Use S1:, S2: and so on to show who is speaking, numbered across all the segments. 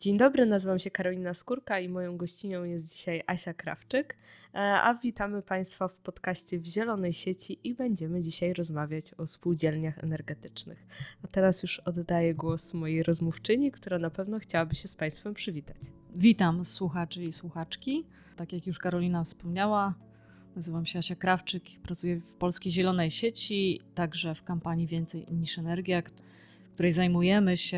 S1: Dzień dobry, nazywam się Karolina Skórka i moją gościnią jest dzisiaj Asia Krawczyk, a witamy Państwa w podcaście w Zielonej Sieci i będziemy dzisiaj rozmawiać o spółdzielniach energetycznych. A teraz już oddaję głos mojej rozmówczyni, która na pewno chciałaby się z Państwem przywitać.
S2: Witam słuchaczy i słuchaczki. Tak jak już Karolina wspomniała, nazywam się Asia Krawczyk, pracuję w Polskiej Zielonej Sieci, także w kampanii Więcej niż Energia, w której zajmujemy się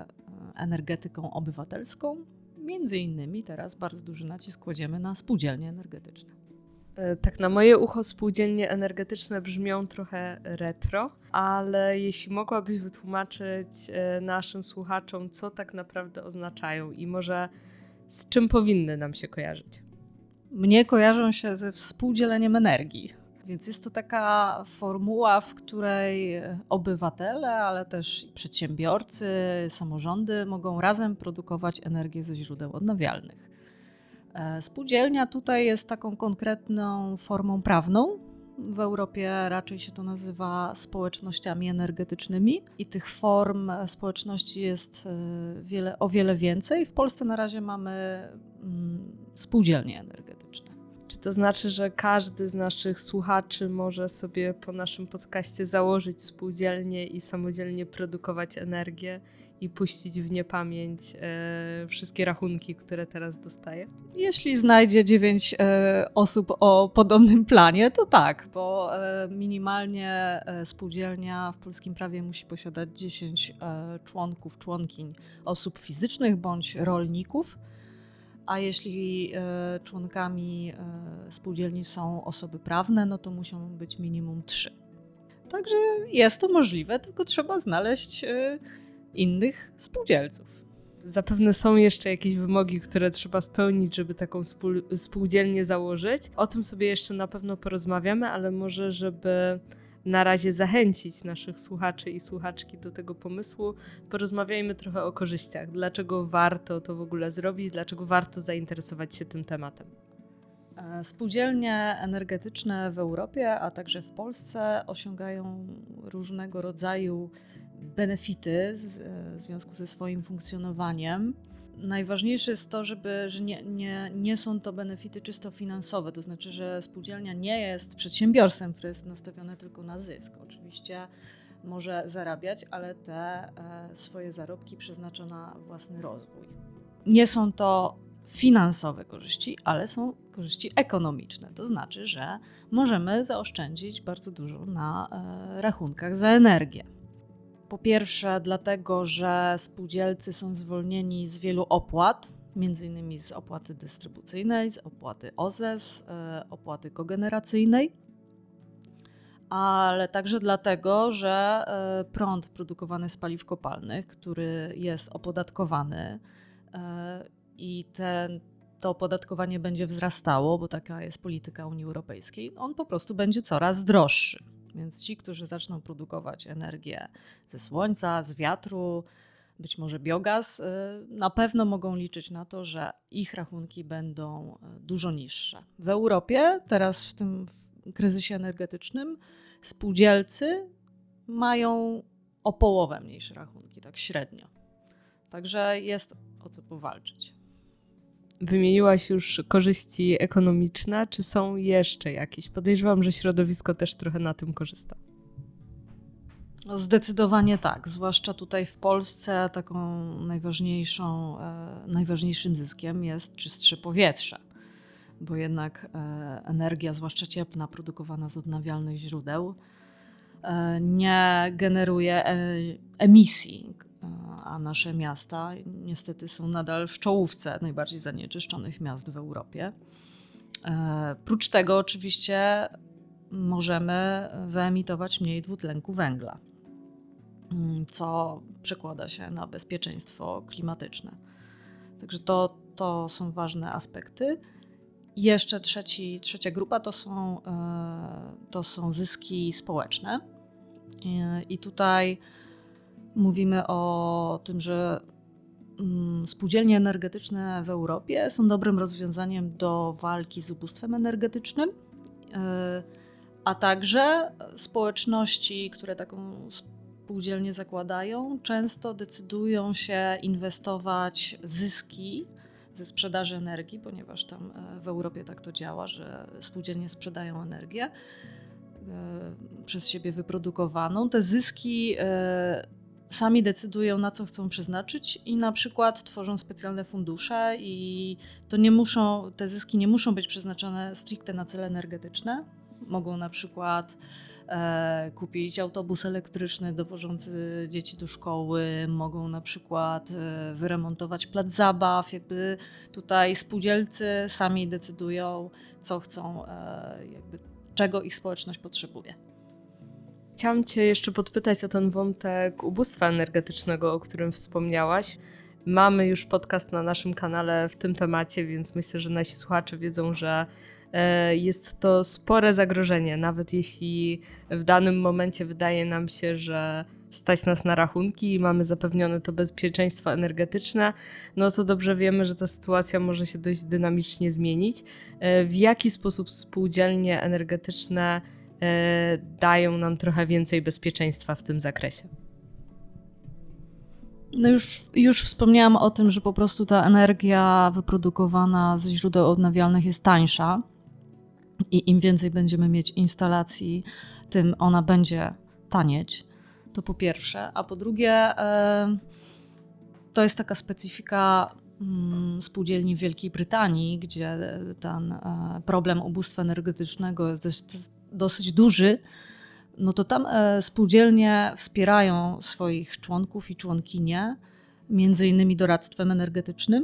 S2: energetyką obywatelską. Między innymi teraz bardzo duży nacisk kładziemy na spółdzielnie energetyczne.
S1: Tak na moje ucho spółdzielnie energetyczne brzmią trochę retro, ale jeśli mogłabyś wytłumaczyć naszym słuchaczom, co tak naprawdę oznaczają i może z czym powinny nam się kojarzyć?
S2: Mnie kojarzą się ze współdzieleniem energii, więc jest to taka formuła, w której obywatele, ale też przedsiębiorcy, samorządy mogą razem produkować energię ze źródeł odnawialnych. Spółdzielnia tutaj jest taką konkretną formą prawną. W Europie raczej się to nazywa społecznościami energetycznymi i tych form społeczności jest o wiele więcej. W Polsce na razie mamy spółdzielnie energetyczne.
S1: Czy to znaczy, że każdy z naszych słuchaczy może sobie po naszym podcaście założyć spółdzielnię i samodzielnie produkować energię i puścić w niepamięć wszystkie rachunki, które teraz dostaje?
S2: Jeśli znajdzie 9 osób o podobnym planie, to tak, bo minimalnie spółdzielnia w polskim prawie musi posiadać 10 członków, członkiń, osób fizycznych bądź rolników. A jeśli członkami spółdzielni są osoby prawne, no to muszą być minimum 3. Także jest to możliwe, tylko trzeba znaleźć innych spółdzielców.
S1: Zapewne są jeszcze jakieś wymogi, które trzeba spełnić, żeby taką spółdzielnię założyć. O tym sobie jeszcze na pewno porozmawiamy, ale może żeby na razie zachęcić naszych słuchaczy i słuchaczki do tego pomysłu, porozmawiajmy trochę o korzyściach. Dlaczego warto to w ogóle zrobić? Dlaczego warto zainteresować się tym tematem?
S2: Spółdzielnie energetyczne w Europie, a także w Polsce osiągają różnego rodzaju benefity w związku ze swoim funkcjonowaniem. Najważniejsze jest to, że nie są to benefity czysto finansowe, to znaczy, że spółdzielnia nie jest przedsiębiorstwem, które jest nastawione tylko na zysk. Oczywiście może zarabiać, ale te swoje zarobki przeznacza na własny rozwój. Nie są to finansowe korzyści, ale są korzyści ekonomiczne. To znaczy, że możemy zaoszczędzić bardzo dużo na rachunkach za energię. Po pierwsze dlatego, że spółdzielcy są zwolnieni z wielu opłat, m.in. z opłaty dystrybucyjnej, z opłaty OZE, z opłaty kogeneracyjnej, ale także dlatego, że prąd produkowany z paliw kopalnych, który jest opodatkowany i to opodatkowanie będzie wzrastało, bo taka jest polityka Unii Europejskiej, on po prostu będzie coraz droższy. Więc ci, którzy zaczną produkować energię ze słońca, z wiatru, być może biogaz, na pewno mogą liczyć na to, że ich rachunki będą dużo niższe. W Europie teraz w tym kryzysie energetycznym spółdzielcy mają o połowę mniejsze rachunki, tak średnio. Także jest o co powalczyć.
S1: Wymieniłaś już korzyści ekonomiczne, czy są jeszcze jakieś? Podejrzewam, że środowisko też trochę na tym korzysta.
S2: No zdecydowanie tak, zwłaszcza tutaj w Polsce taką najważniejszym zyskiem jest czystsze powietrze, bo jednak energia, zwłaszcza cieplna, produkowana z odnawialnych źródeł nie generuje emisji, a nasze miasta niestety są nadal w czołówce najbardziej zanieczyszczonych miast w Europie. Prócz tego oczywiście możemy wyemitować mniej dwutlenku węgla, co przekłada się na bezpieczeństwo klimatyczne. Także to są ważne aspekty. Jeszcze trzecia grupa to są zyski społeczne. I tutaj mówimy o tym, że spółdzielnie energetyczne w Europie są dobrym rozwiązaniem do walki z ubóstwem energetycznym, a także społeczności, które taką spółdzielnie zakładają, często decydują się inwestować zyski ze sprzedaży energii, ponieważ tam w Europie tak to działa, że spółdzielnie sprzedają energię przez siebie wyprodukowaną. Te zyski sami decydują, na co chcą przeznaczyć i na przykład tworzą specjalne fundusze i te zyski nie muszą być przeznaczone stricte na cele energetyczne. Mogą na przykład kupić autobus elektryczny dowożący dzieci do szkoły, mogą na przykład wyremontować plac zabaw. Jakby tutaj spółdzielcy sami decydują, co chcą, czego ich społeczność potrzebuje.
S1: Chciałam Cię jeszcze podpytać o ten wątek ubóstwa energetycznego, o którym wspomniałaś. Mamy już podcast na naszym kanale w tym temacie, więc myślę, że nasi słuchacze wiedzą, że jest to spore zagrożenie, nawet jeśli w danym momencie wydaje nam się, że stać nas na rachunki i mamy zapewnione to bezpieczeństwo energetyczne, no to dobrze wiemy, że ta sytuacja może się dość dynamicznie zmienić. W jaki sposób spółdzielnie energetyczne dają nam trochę więcej bezpieczeństwa w tym zakresie?
S2: No już wspomniałam o tym, że po prostu ta energia wyprodukowana ze źródeł odnawialnych jest tańsza i im więcej będziemy mieć instalacji, tym ona będzie tanieć. To po pierwsze. A po drugie, to jest taka specyfika spółdzielni w Wielkiej Brytanii, gdzie ten problem ubóstwa energetycznego jest dosyć duży. No to tam spółdzielnie wspierają swoich członków i członkinie, między innymi doradztwem energetycznym.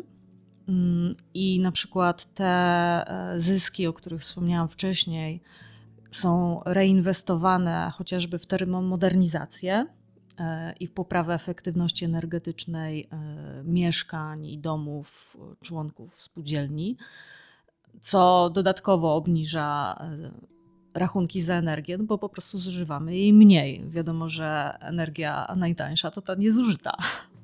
S2: I na przykład te zyski, o których wspomniałam wcześniej, są reinwestowane chociażby w termomodernizację i w poprawę efektywności energetycznej mieszkań i domów członków spółdzielni, co dodatkowo obniża rachunki za energię, bo po prostu zużywamy jej mniej. Wiadomo, że energia najtańsza to ta niezużyta.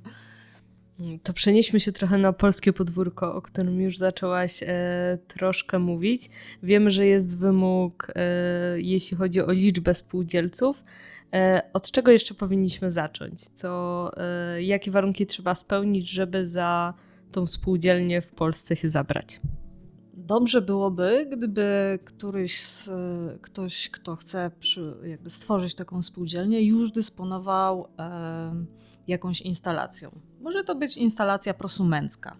S1: To przenieśmy się trochę na polskie podwórko, o którym już zaczęłaś troszkę mówić. Wiemy, że jest wymóg, jeśli chodzi o liczbę spółdzielców. Od czego jeszcze powinniśmy zacząć? Jakie warunki trzeba spełnić, żeby za tą spółdzielnię w Polsce się zabrać?
S2: Dobrze byłoby, gdyby ktoś, kto chce stworzyć taką spółdzielnię, już dysponował jakąś instalacją. Może to być instalacja prosumencka,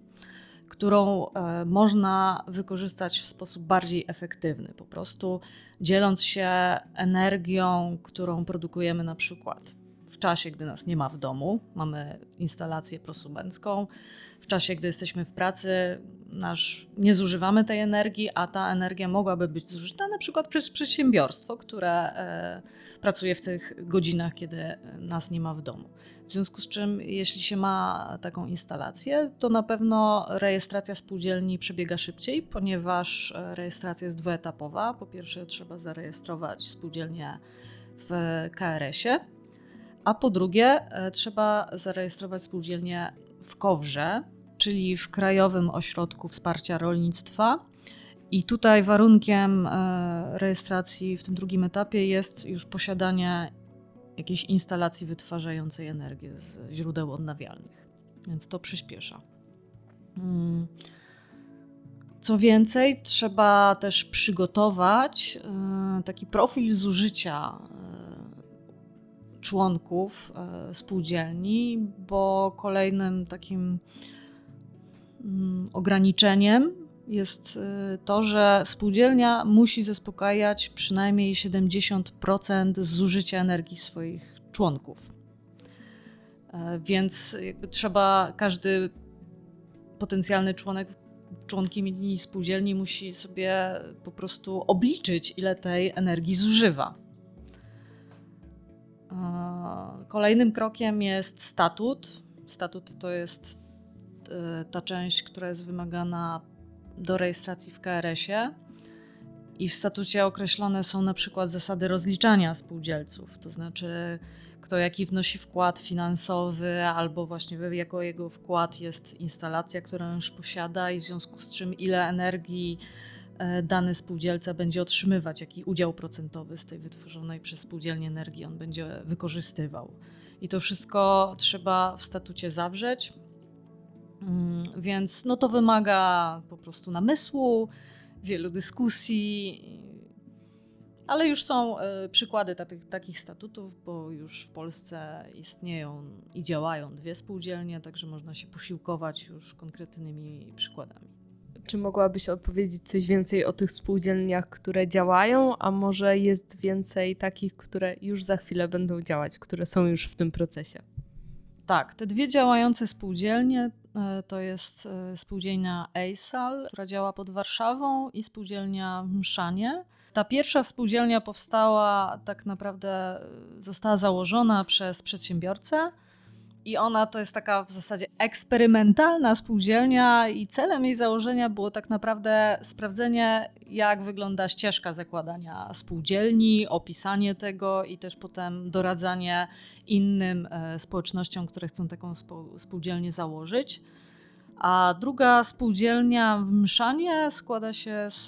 S2: którą można wykorzystać w sposób bardziej efektywny, po prostu dzieląc się energią, którą produkujemy na przykład w czasie, gdy nas nie ma w domu, mamy instalację prosumencką, w czasie, gdy jesteśmy w pracy, nie zużywamy tej energii, a ta energia mogłaby być zużyta na przykład przez przedsiębiorstwo, które pracuje w tych godzinach, kiedy nas nie ma w domu. W związku z czym, jeśli się ma taką instalację, to na pewno rejestracja spółdzielni przebiega szybciej, ponieważ rejestracja jest dwuetapowa. Po pierwsze trzeba zarejestrować spółdzielnię w KRS-ie, a po drugie trzeba zarejestrować spółdzielnię w KOWR-ze, czyli w Krajowym Ośrodku Wsparcia Rolnictwa. I tutaj warunkiem rejestracji w tym drugim etapie jest już posiadanie jakiejś instalacji wytwarzającej energię z źródeł odnawialnych. Więc to przyspiesza. Co więcej, trzeba też przygotować taki profil zużycia członków spółdzielni, bo kolejnym takim ograniczeniem jest to, że spółdzielnia musi zaspokajać przynajmniej 70% zużycia energii swoich członków. Więc każdy potencjalny członkini spółdzielni musi sobie po prostu obliczyć, ile tej energii zużywa. Kolejnym krokiem jest statut. Statut to jest ta część, która jest wymagana do rejestracji w KRS-ie i w statucie określone są na przykład zasady rozliczania spółdzielców, to znaczy kto jaki wnosi wkład finansowy albo właśnie jako jego wkład jest instalacja, którą już posiada i w związku z czym ile energii dany spółdzielca będzie otrzymywać, jaki udział procentowy z tej wytworzonej przez spółdzielnię energii on będzie wykorzystywał. I to wszystko trzeba w statucie zawrzeć, więc no to wymaga po prostu namysłu, wielu dyskusji, ale już są przykłady takich statutów, bo już w Polsce istnieją i działają 2 spółdzielnie, także można się posiłkować już konkretnymi przykładami.
S1: Czy mogłabyś odpowiedzieć coś więcej o tych spółdzielniach, które działają, a może jest więcej takich, które już za chwilę będą działać, które są już w tym procesie?
S2: Tak, te 2 działające spółdzielnie to jest spółdzielnia EISAL, która działa pod Warszawą, i spółdzielnia w Mszanie. Ta pierwsza spółdzielnia powstała, tak naprawdę została założona przez przedsiębiorcę i ona to jest taka w zasadzie eksperymentalna spółdzielnia i celem jej założenia było tak naprawdę sprawdzenie, jak wygląda ścieżka zakładania spółdzielni, opisanie tego i też potem doradzanie innym społecznościom, które chcą taką spółdzielnię założyć. A druga spółdzielnia w Mszanie składa się z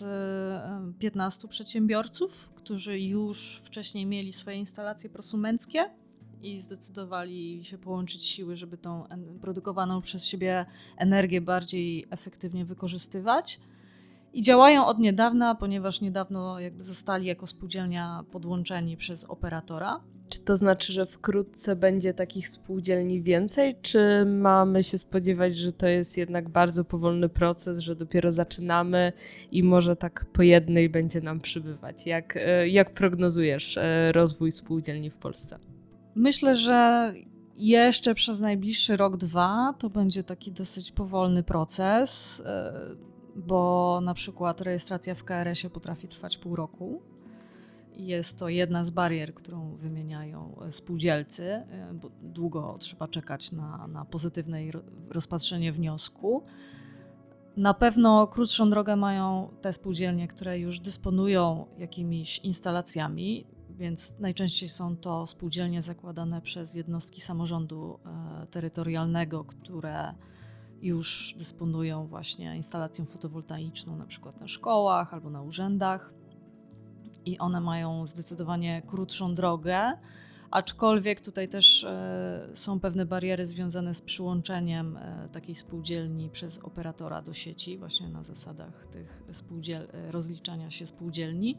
S2: 15 przedsiębiorców, którzy już wcześniej mieli swoje instalacje prosumenckie i zdecydowali się połączyć siły, żeby tą produkowaną przez siebie energię bardziej efektywnie wykorzystywać. I działają od niedawna, ponieważ niedawno jakby zostali jako spółdzielnia podłączeni przez operatora.
S1: Czy to znaczy, że wkrótce będzie takich spółdzielni więcej, czy mamy się spodziewać, że to jest jednak bardzo powolny proces, że dopiero zaczynamy i może tak po jednej będzie nam przybywać? Jak prognozujesz rozwój spółdzielni w Polsce?
S2: Myślę, że jeszcze przez najbliższy rok, 2 to będzie taki dosyć powolny proces, bo na przykład rejestracja w KRS-ie potrafi trwać pół roku. Jest to jedna z barier, którą wymieniają spółdzielcy, bo długo trzeba czekać na pozytywne rozpatrzenie wniosku. Na pewno krótszą drogę mają te spółdzielnie, które już dysponują jakimiś instalacjami, więc najczęściej są to spółdzielnie zakładane przez jednostki samorządu terytorialnego, które już dysponują właśnie instalacją fotowoltaiczną, na przykład na szkołach albo na urzędach. I one mają zdecydowanie krótszą drogę, aczkolwiek tutaj też są pewne bariery związane z przyłączeniem takiej spółdzielni przez operatora do sieci, właśnie na zasadach tych rozliczania się spółdzielni.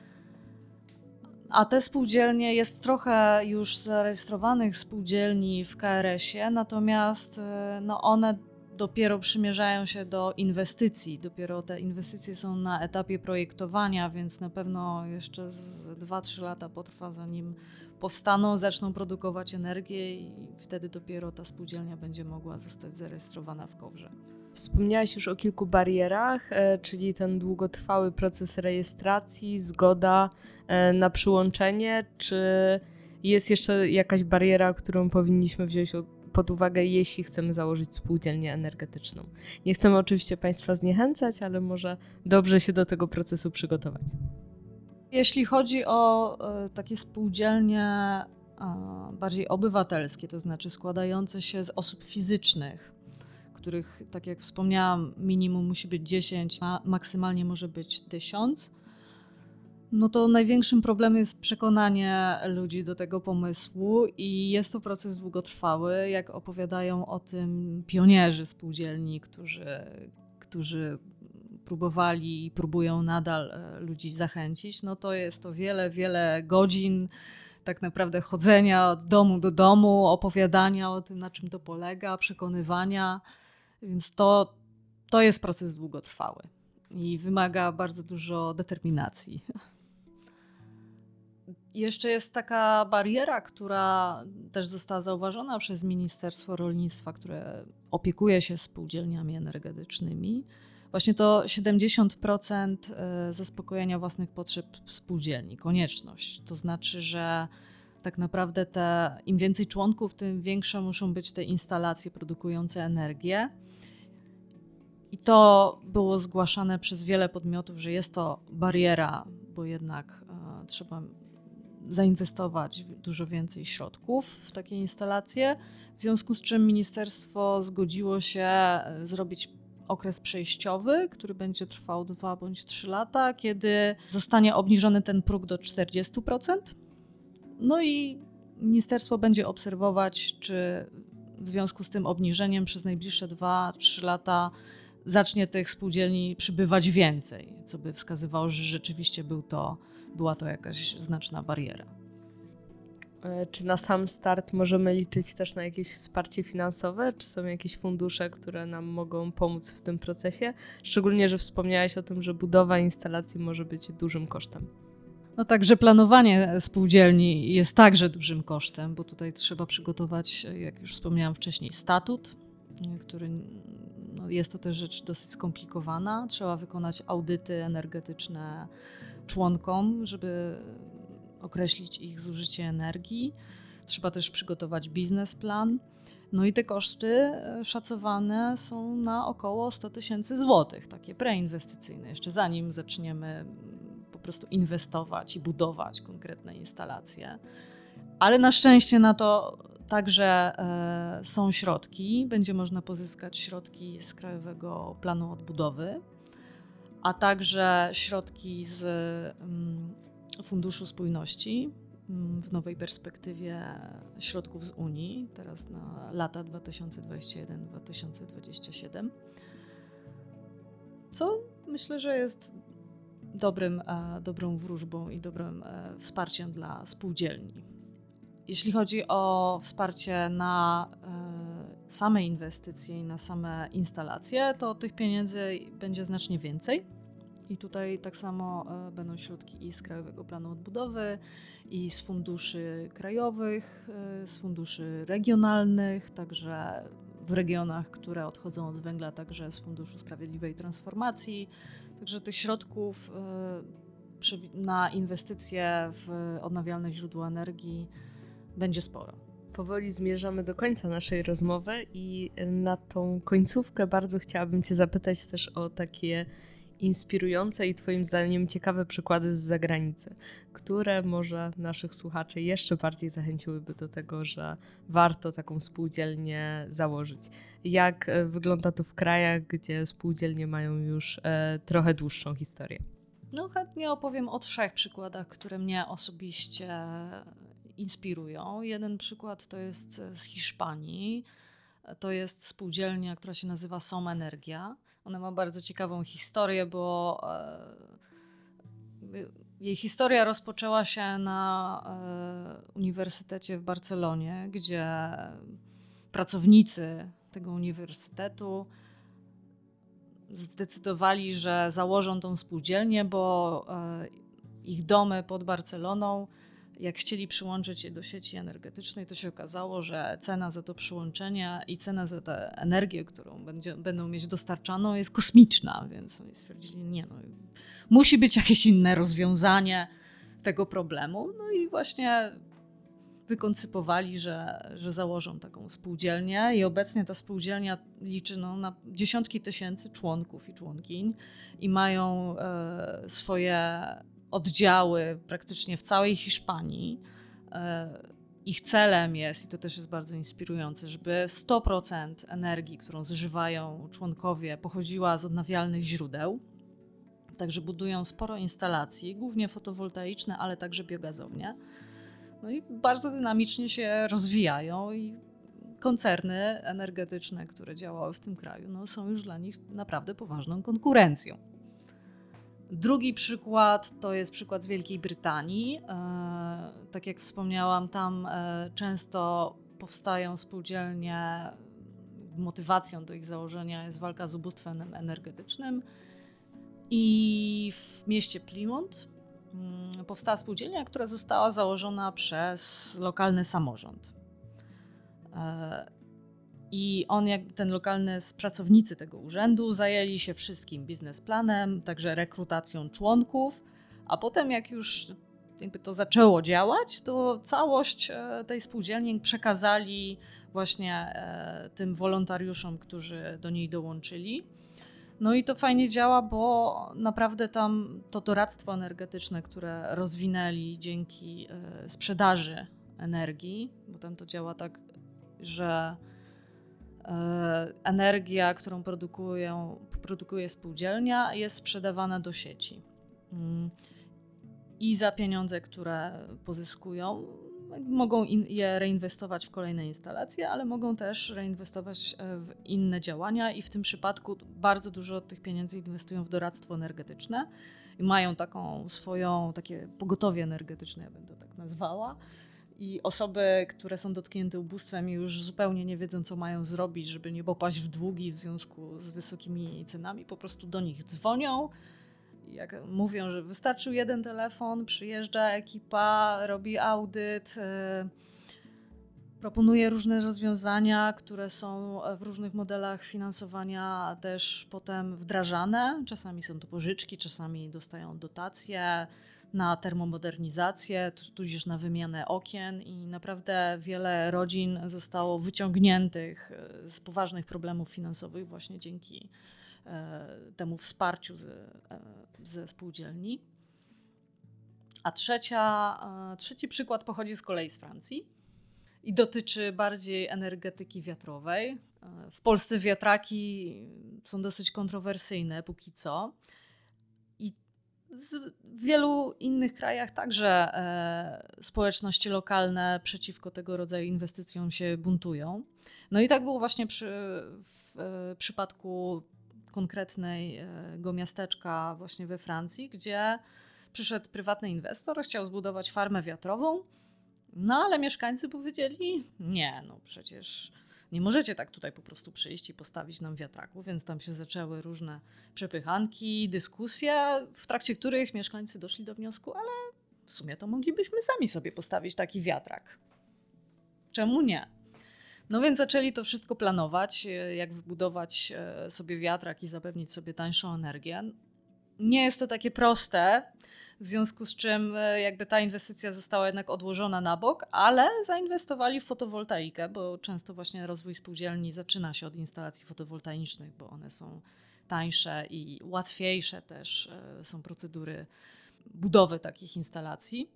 S2: A te spółdzielnie, jest trochę już zarejestrowanych spółdzielni w KRS-ie, natomiast no one dopiero przymierzają się do inwestycji. Dopiero te inwestycje są na etapie projektowania, więc na pewno jeszcze z 2-3 lata potrwa, zanim powstaną, zaczną produkować energię i wtedy dopiero ta spółdzielnia będzie mogła zostać zarejestrowana w KOWR-ze.
S1: Wspomniałaś już o kilku barierach, czyli ten długotrwały proces rejestracji, zgoda na przyłączenie. Czy jest jeszcze jakaś bariera, którą powinniśmy wziąć pod uwagę, jeśli chcemy założyć spółdzielnię energetyczną? Nie chcemy oczywiście Państwa zniechęcać, ale może dobrze się do tego procesu przygotować.
S2: Jeśli chodzi o takie spółdzielnie bardziej obywatelskie, to znaczy składające się z osób fizycznych, których, tak jak wspomniałam, minimum musi być 10, a maksymalnie może być 1000, no to największym problemem jest przekonanie ludzi do tego pomysłu i jest to proces długotrwały, jak opowiadają o tym pionierzy spółdzielni, którzy próbowali i próbują nadal ludzi zachęcić. No to jest to wiele, wiele godzin tak naprawdę chodzenia od domu do domu, opowiadania o tym, na czym to polega, przekonywania, więc to jest proces długotrwały i wymaga bardzo dużo determinacji. Jeszcze jest taka bariera, która też została zauważona przez Ministerstwo Rolnictwa, które opiekuje się spółdzielniami energetycznymi. Właśnie to 70% zaspokojenia własnych potrzeb spółdzielni, konieczność. To znaczy, że tak naprawdę im więcej członków, tym większe muszą być te instalacje produkujące energię. I to było zgłaszane przez wiele podmiotów, że jest to bariera, bo jednak trzeba zainwestować dużo więcej środków w takie instalacje, w związku z czym ministerstwo zgodziło się zrobić okres przejściowy, który będzie trwał 2 bądź 3 lata, kiedy zostanie obniżony ten próg do 40%. No i ministerstwo będzie obserwować, czy w związku z tym obniżeniem przez najbliższe 2-3 lata zacznie tych spółdzielni przybywać więcej, co by wskazywało, że rzeczywiście była to jakaś znaczna bariera.
S1: Czy na sam start możemy liczyć też na jakieś wsparcie finansowe? Czy są jakieś fundusze, które nam mogą pomóc w tym procesie? Szczególnie, że wspomniałaś o tym, że budowa instalacji może być dużym kosztem.
S2: No także planowanie spółdzielni jest także dużym kosztem, bo tutaj trzeba przygotować, jak już wspomniałam wcześniej, statut, który jest to też rzecz dosyć skomplikowana. Trzeba wykonać audyty energetyczne członkom, żeby określić ich zużycie energii. Trzeba też przygotować biznesplan. No i te koszty szacowane są na około 100 000 złotych, takie preinwestycyjne, jeszcze zanim zaczniemy po prostu inwestować i budować konkretne instalacje. Ale na szczęście na to także są środki. Będzie można pozyskać środki z Krajowego Planu Odbudowy, a także środki z Funduszu Spójności w nowej perspektywie środków z Unii, teraz na lata 2021-2027, co myślę, że jest dobrą wróżbą i dobrym wsparciem dla spółdzielni. Jeśli chodzi o wsparcie na same inwestycje i na same instalacje, to tych pieniędzy będzie znacznie więcej. I tutaj tak samo będą środki i z Krajowego Planu Odbudowy, i z funduszy krajowych, z funduszy regionalnych, także w regionach, które odchodzą od węgla, także z Funduszu Sprawiedliwej Transformacji. Także tych środków na inwestycje w odnawialne źródła energii będzie sporo.
S1: Powoli zmierzamy do końca naszej rozmowy i na tą końcówkę bardzo chciałabym Cię zapytać też o takie inspirujące i Twoim zdaniem ciekawe przykłady z zagranicy, które może naszych słuchaczy jeszcze bardziej zachęciłyby do tego, że warto taką spółdzielnię założyć. Jak wygląda to w krajach, gdzie spółdzielnie mają już trochę dłuższą historię?
S2: No chętnie opowiem o 3 przykładach, które mnie osobiście inspirują. Jeden przykład to jest z Hiszpanii. To jest spółdzielnia, która się nazywa Som Energia. Ona ma bardzo ciekawą historię, bo jej historia rozpoczęła się na Uniwersytecie w Barcelonie, gdzie pracownicy tego uniwersytetu zdecydowali, że założą tą spółdzielnię, bo ich domy pod Barceloną, jak chcieli przyłączyć je do sieci energetycznej, to się okazało, że cena za to przyłączenie i cena za tę energię, którą będą mieć dostarczaną, jest kosmiczna, więc oni stwierdzili, musi być jakieś inne rozwiązanie tego problemu. No i właśnie wykoncypowali, że założą taką spółdzielnię i obecnie ta spółdzielnia liczy na dziesiątki tysięcy członków i członkiń i mają swoje oddziały praktycznie w całej Hiszpanii. Ich celem jest, i to też jest bardzo inspirujące, żeby 100% energii, którą zużywają członkowie, pochodziła z odnawialnych źródeł. Także budują sporo instalacji, głównie fotowoltaiczne, ale także biogazownie. No i bardzo dynamicznie się rozwijają i koncerny energetyczne, które działały w tym kraju, są już dla nich naprawdę poważną konkurencją. Drugi przykład to jest przykład z Wielkiej Brytanii. Tak jak wspomniałam, tam często powstają spółdzielnie, motywacją do ich założenia jest walka z ubóstwem energetycznym. I w mieście Plymouth powstała spółdzielnia, która została założona przez lokalny samorząd. I pracownicy tego urzędu zajęli się wszystkim biznesplanem, także rekrutacją członków, a potem jak już to zaczęło działać, to całość tej spółdzielni przekazali właśnie tym wolontariuszom, którzy do niej dołączyli. No i to fajnie działa, bo naprawdę tam to doradztwo energetyczne, które rozwinęli dzięki sprzedaży energii, bo tam to działa tak, że energia, którą produkuje spółdzielnia, jest sprzedawana do sieci. I za pieniądze, które pozyskują, mogą je reinwestować w kolejne instalacje, ale mogą też reinwestować w inne działania i w tym przypadku bardzo dużo tych pieniędzy inwestują w doradztwo energetyczne i mają takie pogotowie energetyczne, ja bym to tak nazwała. I osoby, które są dotknięte ubóstwem i już zupełnie nie wiedzą, co mają zrobić, żeby nie popaść w długi w związku z wysokimi cenami, po prostu do nich dzwonią. Jak mówią, że wystarczył jeden telefon, przyjeżdża ekipa, robi audyt, proponuje różne rozwiązania, które są w różnych modelach finansowania też potem wdrażane. Czasami są to pożyczki, czasami dostają dotacje na termomodernizację, tudzież na wymianę okien i naprawdę wiele rodzin zostało wyciągniętych z poważnych problemów finansowych właśnie dzięki temu wsparciu ze spółdzielni. A trzeci przykład pochodzi z kolei z Francji i dotyczy bardziej energetyki wiatrowej. W Polsce wiatraki są dosyć kontrowersyjne póki co. I w wielu innych krajach także społeczności lokalne przeciwko tego rodzaju inwestycjom się buntują. No i tak było właśnie w przypadku konkretnego miasteczka właśnie we Francji, gdzie przyszedł prywatny inwestor, chciał zbudować farmę wiatrową, no ale mieszkańcy powiedzieli, nie, no przecież nie możecie tak tutaj po prostu przyjść i postawić nam wiatraku, więc tam się zaczęły różne przepychanki, dyskusje, w trakcie których mieszkańcy doszli do wniosku, ale w sumie to moglibyśmy sami sobie postawić taki wiatrak. Czemu nie? No więc zaczęli to wszystko planować, jak wybudować sobie wiatrak i zapewnić sobie tańszą energię. Nie jest to takie proste, w związku z czym jakby ta inwestycja została jednak odłożona na bok, ale zainwestowali w fotowoltaikę, bo często właśnie rozwój spółdzielni zaczyna się od instalacji fotowoltaicznych, bo one są tańsze i łatwiejsze też są procedury budowy takich instalacji.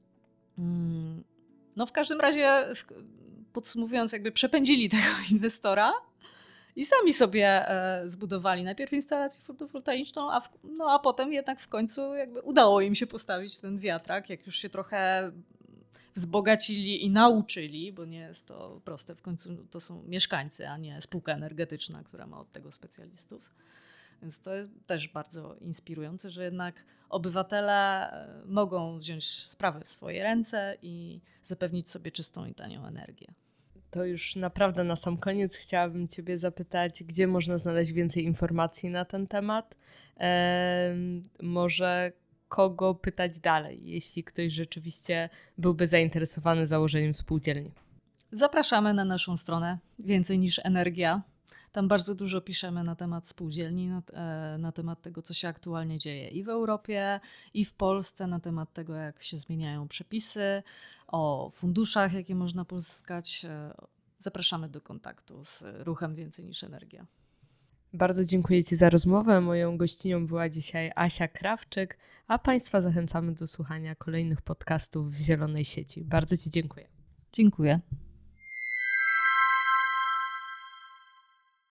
S2: No w każdym razie, podsumowując, jakby przepędzili tego inwestora i sami sobie zbudowali najpierw instalację fotowoltaiczną, a potem jednak w końcu jakby udało im się postawić ten wiatrak, jak już się trochę wzbogacili i nauczyli, bo nie jest to proste, w końcu to są mieszkańcy, a nie spółka energetyczna, która ma od tego specjalistów. Więc to jest też bardzo inspirujące, że jednak obywatele mogą wziąć sprawę w swoje ręce i zapewnić sobie czystą i tanią energię.
S1: To już naprawdę na sam koniec chciałabym Ciebie zapytać, gdzie można znaleźć więcej informacji na ten temat? Może kogo pytać dalej, jeśli ktoś rzeczywiście byłby zainteresowany założeniem spółdzielni?
S2: Zapraszamy na naszą stronę Więcej niż Energia. Tam bardzo dużo piszemy na temat spółdzielni, na temat tego, co się aktualnie dzieje i w Europie, i w Polsce, na temat tego, jak się zmieniają przepisy, o funduszach, jakie można pozyskać. Zapraszamy do kontaktu z ruchem Więcej niż Energia.
S1: Bardzo dziękuję Ci za rozmowę. Moją gościnią była dzisiaj Asia Krawczyk, a Państwa zachęcamy do słuchania kolejnych podcastów w Zielonej Sieci. Bardzo Ci dziękuję.
S2: Dziękuję.